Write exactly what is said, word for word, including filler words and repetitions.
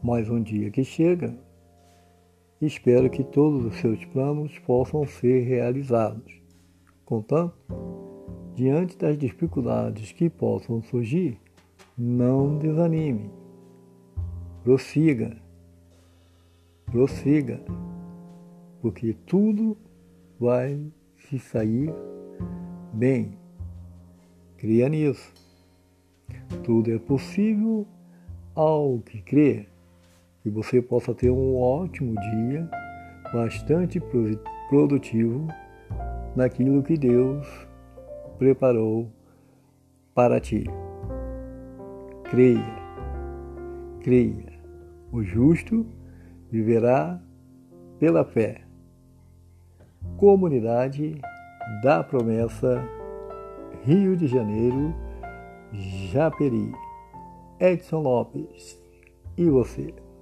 mais um dia que chega. Espero que todos os seus planos possam ser realizados. Contanto, diante das dificuldades que possam surgir, não desanime. Prossiga, prossiga, porque tudo vai se sair bem. Creia nisso. Tudo é possível ao que crê. Que você possa ter um ótimo dia, bastante produtivo naquilo que Deus preparou para ti. Creia, creia. O justo viverá pela fé. Comunidade da Promessa, Rio de Janeiro, Japeri. Edson Lopes. E você?